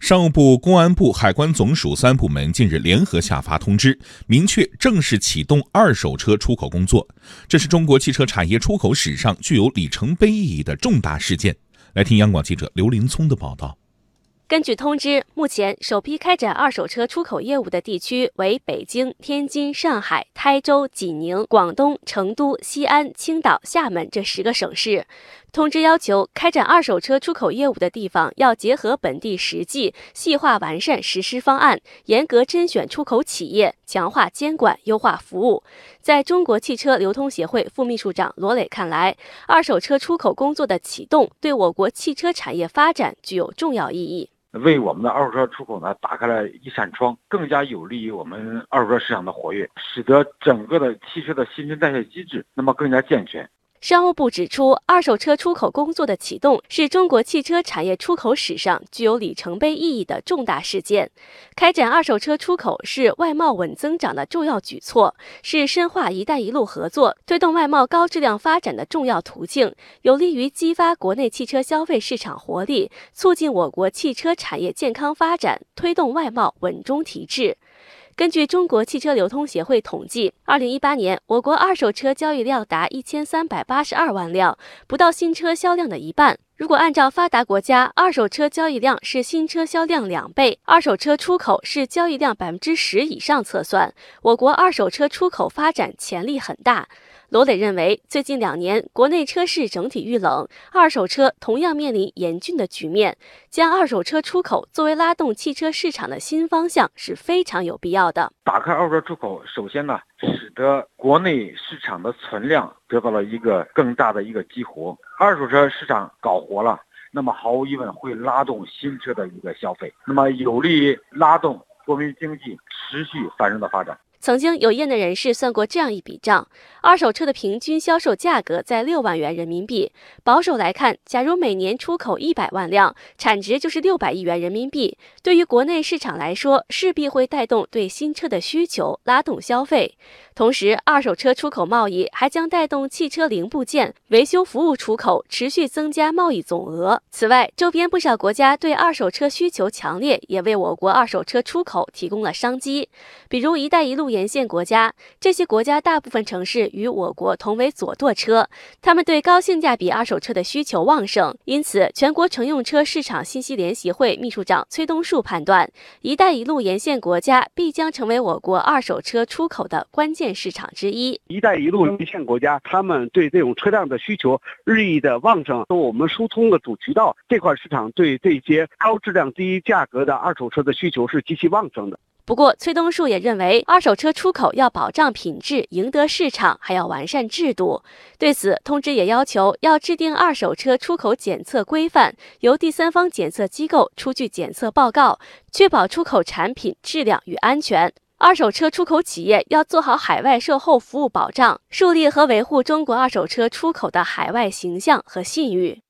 商务部、公安部、海关总署3部门近日联合下发通知，明确正式启动二手车出口工作。这是中国汽车产业出口史上具有里程碑意义的重大事件。来听央广记者刘林聪的报道。 根据通知，目前首批开展二手车出口业务的地区为北京、天津、上海、台州、济宁、广东、成都、西安、青岛、厦门这10个省市。通知要求，开展二手车出口业务的地方要结合本地实际，细化完善实施方案，严格甄选出口企业，强化监管，优化服务。在中国汽车流通协会副秘书长罗磊看来，二手车出口工作的启动对我国汽车产业发展具有重要意义。 为我们的二手车出口呢打开了一扇窗，更加有利于我们二手车市场的活跃，使得整个的汽车的新陈代谢机制那么更加健全。 商务部指出，二手车出口工作的启动是中国汽车产业出口史上具有里程碑意义的重大事件。开展二手车出口是外贸稳增长的重要举措，是深化“一带一路”合作、推动外贸高质量发展的重要途径，有利于激发国内汽车消费市场活力，促进我国汽车产业健康发展，推动外贸稳中提质。根据中国汽车流通协会统计，2018年我国二手车交易量达1382万辆，不到新车销量的一半。如果按照发达国家二手车交易量是新车销量2倍，二手车出口是交易量10%以上测算，我国二手车出口发展潜力很大。罗磊认为，最近2年国内车市整体遇冷，二手车同样面临严峻的局面，将二手车出口作为拉动汽车市场的新方向是非常有必要的。 打开二手车出口，首先呢，使得国内市场的存量得到了一个更大的一个激活。二手车市场搞活了，那么毫无疑问会拉动新车的一个消费，那么有利于拉动国民经济持续繁荣的发展。 曾经有业内人士算过这样一笔账，二手车的平均销售价格在6万元人民币。保守来看，假如每年出口100万辆，产值就是600亿元人民币。对于国内市场来说，势必会带动对新车的需求，拉动消费。同时，二手车出口贸易还将带动汽车零部件、维修服务出口持续增加贸易总额。此外，周边不少国家对二手车需求强烈，也为我国二手车出口提供了商机。比如“一带一路”沿线国家，这些国家大部分城市与我国同为左舵车，他们对高性价比二手车的需求旺盛，因此全国乘用车市场信息联协会秘书长崔东树判断，“一带一路”沿线国家必将成为我国二手车出口的关键市场之一。 “一带一路”沿线国家，他们对这种车辆的需求日益的旺盛，我们疏通的主渠道这块市场对这些高质量低价格的二手车的需求是极其旺盛的。 不过，崔东树也认为，二手车出口要保障品质、赢得市场，还要完善制度。对此，通知也要求要制定二手车出口检测规范，由第三方检测机构出具检测报告，确保出口产品质量与安全。二手车出口企业要做好海外售后服务保障，树立和维护中国二手车出口的海外形象和信誉。